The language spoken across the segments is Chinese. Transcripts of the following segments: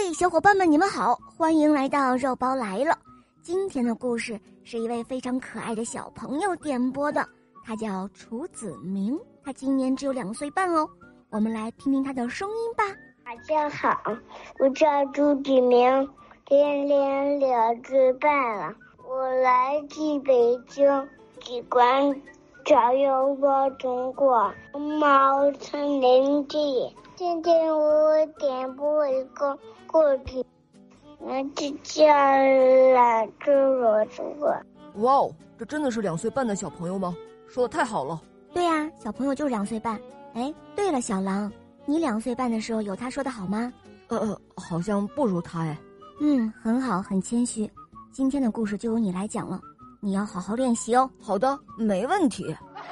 嘿，小伙伴们，你们好，欢迎来到肉包来了。今天的故事是一位非常可爱的小朋友点播的，他叫楚子明，他今年只有2岁半哦。我们来听听他的声音吧。 大家好，我叫朱子明，今年2岁半了，我来自北京，喜欢找肉包中国猫森林记。今天我点播一个故事，名字叫懒猪罗猪。 哇哦，这真的是2岁半的小朋友吗？说的太好了。 对啊，小朋友就是2岁半。哎，对了，小狼，你2岁半的时候有他说的好吗？ 好像不如他哎。 很好，很谦虚。今天的故事就由你来讲了，你要好好练习哦。 好的，没问题。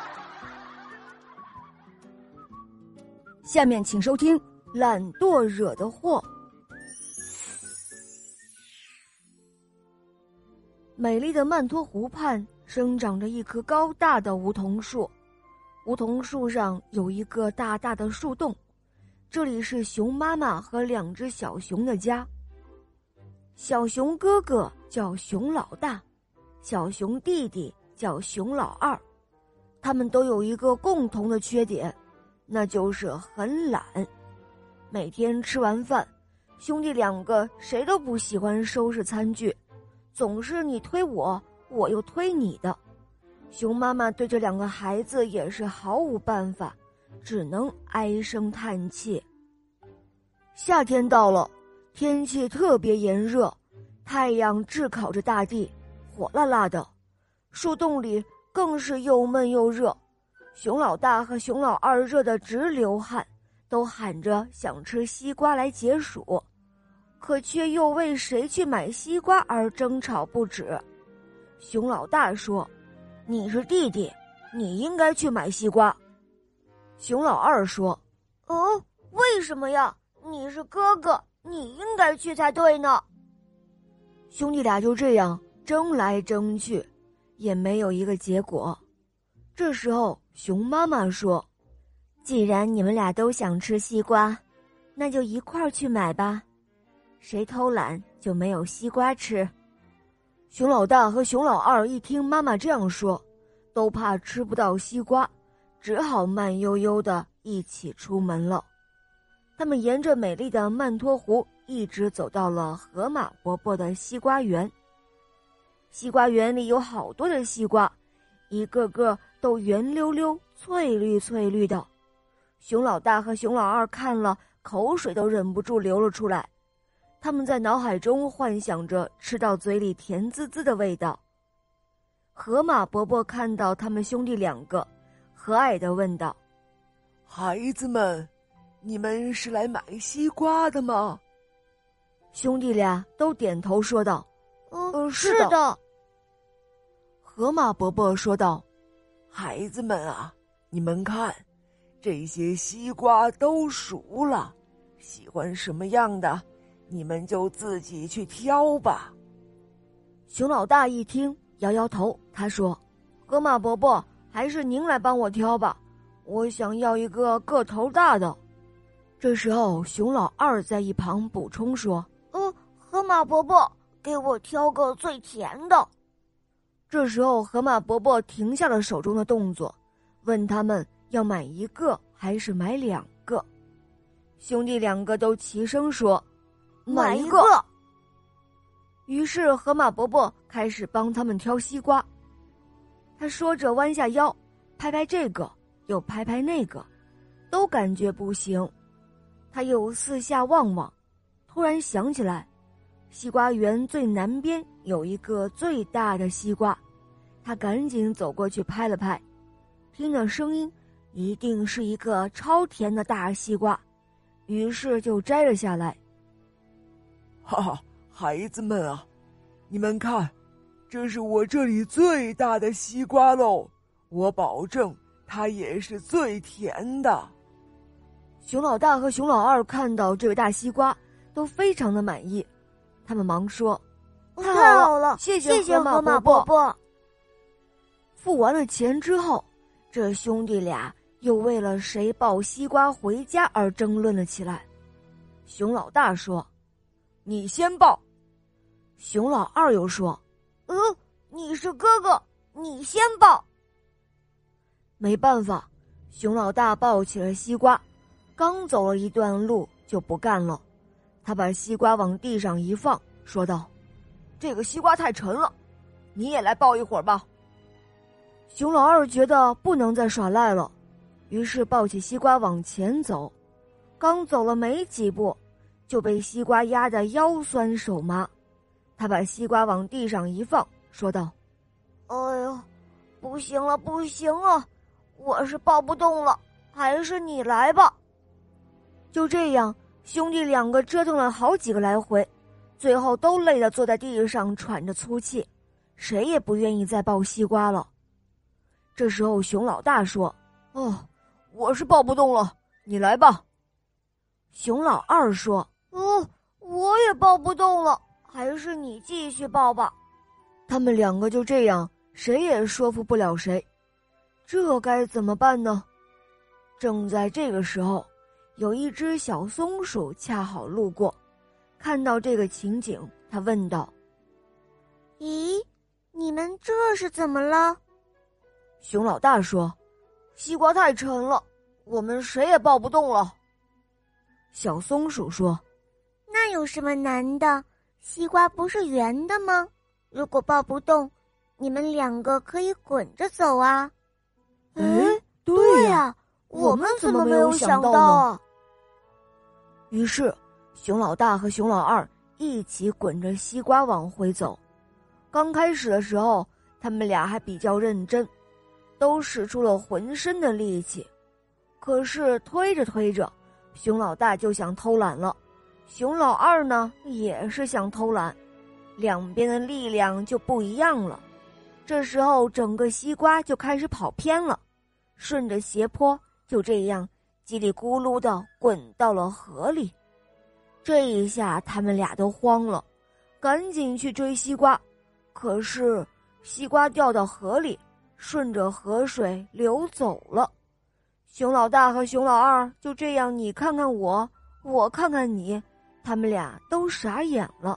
下面请收听《懒惰惹的祸》。美丽的曼托湖畔生长着一棵高大的梧桐树，梧桐树上有一个大大的树洞，这里是熊妈妈和2只小熊的家。小熊哥哥叫熊老大，小熊弟弟叫熊老二，他们都有一个共同的缺点，那就是很懒。每天吃完饭，兄弟2个谁都不喜欢收拾餐具，总是你推我，我又推你的。熊妈妈对这2个孩子也是毫无办法，只能唉声叹气。夏天到了，天气特别炎热，太阳炙烤着大地，火辣辣的，树洞里更是又闷又热。熊老大和熊老二热得直流汗，都喊着想吃西瓜来解暑，可却又为谁去买西瓜而争吵不止。熊老大说：“你是弟弟，你应该去买西瓜。”熊老二说：“为什么呀？你是哥哥，你应该去才对呢。”兄弟俩就这样争来争去，也没有一个结果。这时候熊妈妈说：“既然你们俩都想吃西瓜，那就一块儿去买吧，谁偷懒就没有西瓜吃。”熊老大和熊老二一听妈妈这样说，都怕吃不到西瓜，只好慢悠悠地一起出门了。他们沿着美丽的曼托湖一直走到了河马伯伯的西瓜园。西瓜园里有好多的西瓜，一个个都圆溜溜、翠绿翠绿的。熊老大和熊老二看了，口水都忍不住流了出来。他们在脑海中幻想着吃到嘴里甜滋滋的味道。河马伯伯看到他们兄弟2个，和蔼地问道：“ 孩子们，你们是来买西瓜的吗？” 兄弟俩都点头说道：“ 是的。” 河马伯伯说道：“ 孩子们啊，你们看，这些西瓜都熟了，喜欢什么样的，你们就自己去挑吧。” 熊老大一听摇摇头，他说：“河马伯伯，还是您来帮我挑吧，我想要一个个头大的。”这时候熊老二在一旁补充说：“ 河马伯伯，给我挑个最甜的。” 这时候河马伯伯停下了手中的动作，问他们要买1个还是买2个。兄弟2个都齐声说：“ 买1个。” 于是河马伯伯开始帮他们挑西瓜。他说着弯下腰，拍拍这个，又拍拍那个，都感觉不行。他又四下望望，突然想起来，西瓜园最南边有一个最大的西瓜，他赶紧走过去拍了拍，听着声音，一定是一个超甜的大西瓜，于是就摘了下来。 哈哈，孩子们啊，你们看，这是我这里最大的西瓜喽，我保证它也是最甜的。 熊老大和熊老二看到这个大西瓜，都非常的满意，他们忙说：“ 太好了， 谢谢河马伯伯。”付完了钱之后，这兄弟俩又为了谁抱西瓜回家而争论了起来。熊老大说：“ 你先抱。 熊老二又说：“你是哥哥，你先抱。”没办法，熊老大抱起了西瓜，刚走了一段路就不干了。他把西瓜往地上一放，说道：“ 这个西瓜太沉了，你也来抱一会儿吧。” 熊老二觉得不能再耍赖了，于是抱起西瓜往前走。刚走了没几步，就被西瓜压得腰酸手麻。他把西瓜往地上一放，说道：“哎呦，不行了，不行了，我是抱不动了，还是你来吧。”就这样，兄弟两个折腾了好几个来回，最后都累得坐在地上喘着粗气，谁也不愿意再抱西瓜了。这时候熊老大说：“ 我是抱不动了，你来吧。” 熊老二说：“我也抱不动了，还是你继续抱吧。”他们两个就这样，谁也说服不了谁，这该怎么办呢？正在这个时候，有一只小松鼠恰好路过，看到这个情景，他问道：“ 咦，你们这是怎么了？” 熊老大说：“西瓜太沉了，我们谁也抱不动了。”小松鼠说：“ 那有什么难的？西瓜不是圆的吗？如果抱不动，你们两个可以滚着走啊。” 对呀，我们怎么没有想到呢？于是，熊老大和熊老二一起滚着西瓜往回走。刚开始的时候，他们俩还比较认真，都使出了浑身的力气。可是推着推着，熊老大就想偷懒了，熊老二呢也是想偷懒，两边的力量就不一样了。这时候整个西瓜就开始跑偏了，顺着斜坡就这样叽里咕噜地滚到了河里。这一下他们俩都慌了，赶紧去追西瓜，可是西瓜掉到河里，顺着河水流走了。熊老大和熊老二就这样你看看我，我看看你，他们俩都傻眼了。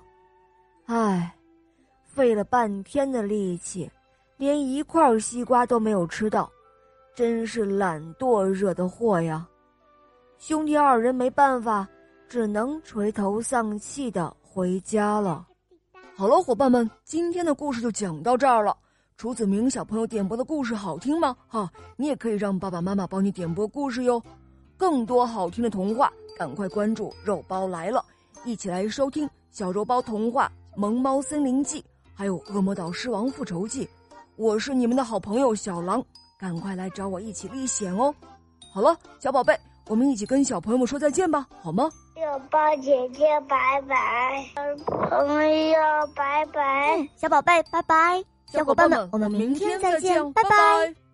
费了半天的力气，连一块西瓜都没有吃到，真是懒惰惹的祸呀。兄弟二人没办法，只能垂头丧气地回家了。 好了，伙伴们，今天的故事就讲到这儿了。楚子明小朋友点播的故事好听吗？你也可以让爸爸妈妈帮你点播故事哟。更多好听的童话，赶快关注肉包来了，一起来收听小肉包童话《萌猫森林记》，还有《恶魔岛狮王复仇记》。我是你们的好朋友小狼，赶快来找我一起历险哦。好了，小宝贝，我们一起跟小朋友们说再见吧，好吗？ 肉包姐姐拜拜，朋友拜拜， 小宝贝拜拜，小伙伴们，我们明天再见，拜拜。